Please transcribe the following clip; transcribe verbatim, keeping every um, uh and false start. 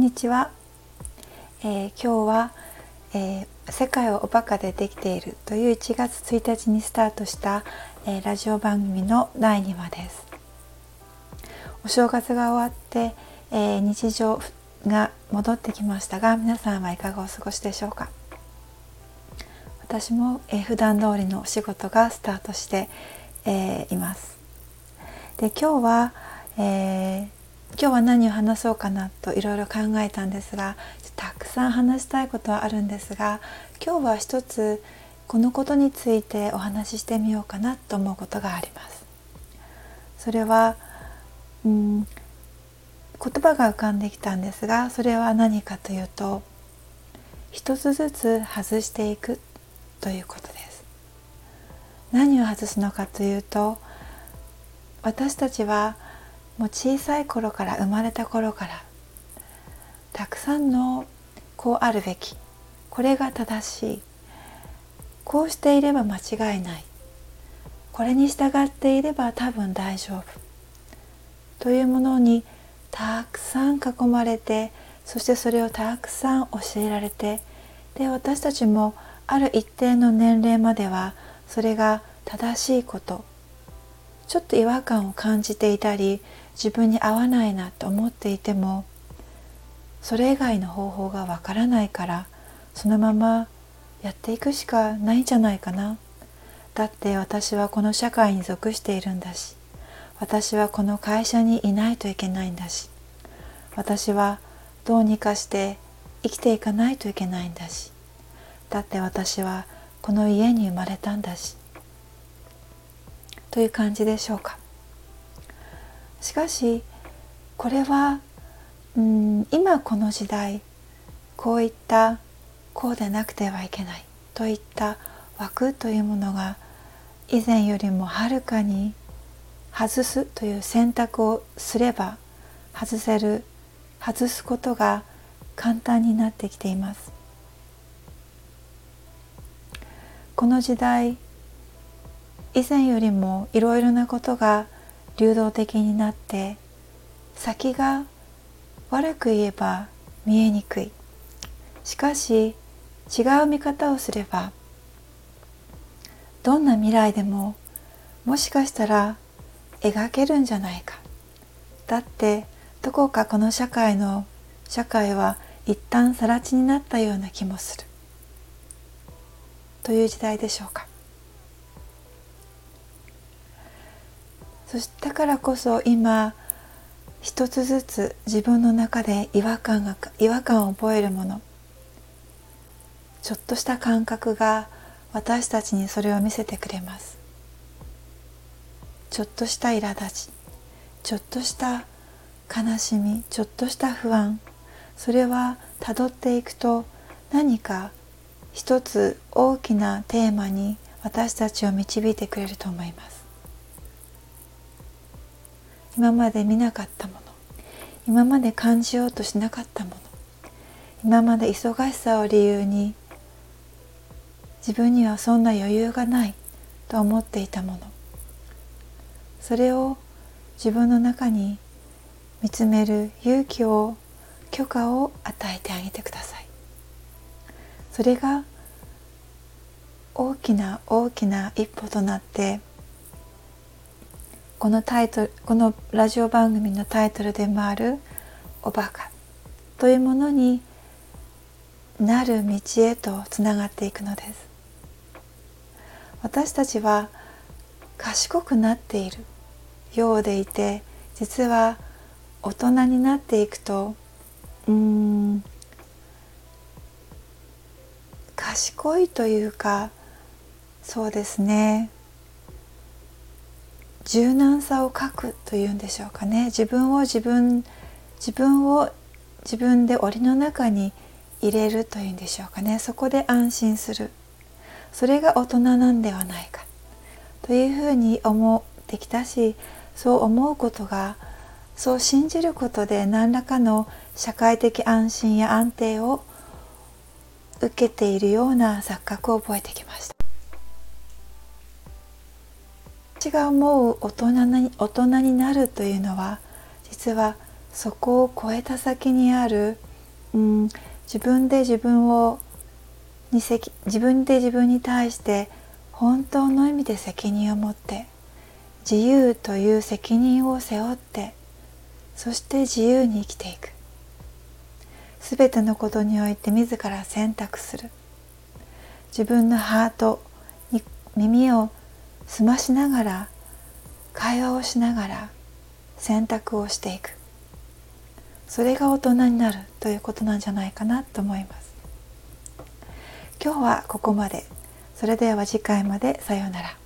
にちは、えー、今日は、えー、世界はおバカでできているといういちがつついたちにスタートした、えー、ラジオ番組のだいにわです。お正月が終わって、えー、日常が戻ってきましたが、皆さんはいかがお過ごしでしょうか。私も、えー、普段通りのお仕事がスタートして、えー、います。で今日は、えー今日は何を話そうかなといろいろ考えたんですが、たくさん話したいことはあるんですが、今日は一つこのことについてお話ししてみようかなと思うことがあります。それは、うん、言葉が浮かんできたんですが、それは何かというと、一つずつ外していくということです。何を外すのかというと、私たちはもう小さい頃から、生まれた頃からたくさんのこうあるべき、これが正しい、こうしていれば間違いない、これに従っていれば多分大丈夫というものにたくさん囲まれて、そしてそれをたくさん教えられて、で私たちもある一定の年齢まではそれが正しいこと、ちょっと違和感を感じていたり、自分に合わないなと思っていても、それ以外の方法がわからないから、そのままやっていくしかないんじゃないかな。だって私はこの社会に属しているんだし、私はこの会社にいないといけないんだし、私はどうにかして生きていかないといけないんだし、だって私はこの家に生まれたんだし、という感じでしょうか。しかしこれはうん今この時代、こういったこうでなくてはいけないといった枠というものが以前よりもはるかに外すという選択をすれば外せる、外すことが簡単になってきています。この時代、以前よりもいろいろなことが流動的になって、先が悪く言えば見えにくい。しかし違う見方をすれば、どんな未来でももしかしたら描けるんじゃないか。だってどこかこの社会の社会は一旦更地になったような気もするという時代でしょうか。そしてだからこそ今一つずつ自分の中で違和感が違和感を覚えるもの、ちょっとした感覚が私たちにそれを見せてくれます。ちょっとした苛立ち、ちょっとした悲しみ、ちょっとした不安、それはたどっていくと何か一つ大きなテーマに私たちを導いてくれると思います。今まで見なかったもの、今まで感じようとしなかったもの、今まで忙しさを理由に自分にはそんな余裕がないと思っていたもの、それを自分の中に見つめる勇気を、許可を与えてあげてください。それが大きな大きな一歩となって、このタイトル、このラジオ番組のタイトルでもあるおバカというものになる道へとつながっていくのです。私たちは賢くなっているようでいて、実は大人になっていくと、うーん賢いというか、そうですね、柔軟さを欠くというんでしょうかね。自分を自分自分を自分で檻の中に入れるというんでしょうかね。そこで安心する、それが大人なんではないかというふうに思ってきたし、そう思うことが、そう信じることで何らかの社会的安心や安定を受けているような錯覚を覚えてきました。私が思う大人に、大人になるというのは、実はそこを超えた先にあるうん、自分で自分をに責自分で自分に対して本当の意味で責任を持って、自由という責任を背負って、そして自由に生きていく。すべてのことにおいて自ら選択する。自分のハートに耳を澄ましながら、会話をしながら選択をしていく。それが大人になるということなんじゃないかなと思います。今日はここまで。それでは次回まで。さようなら。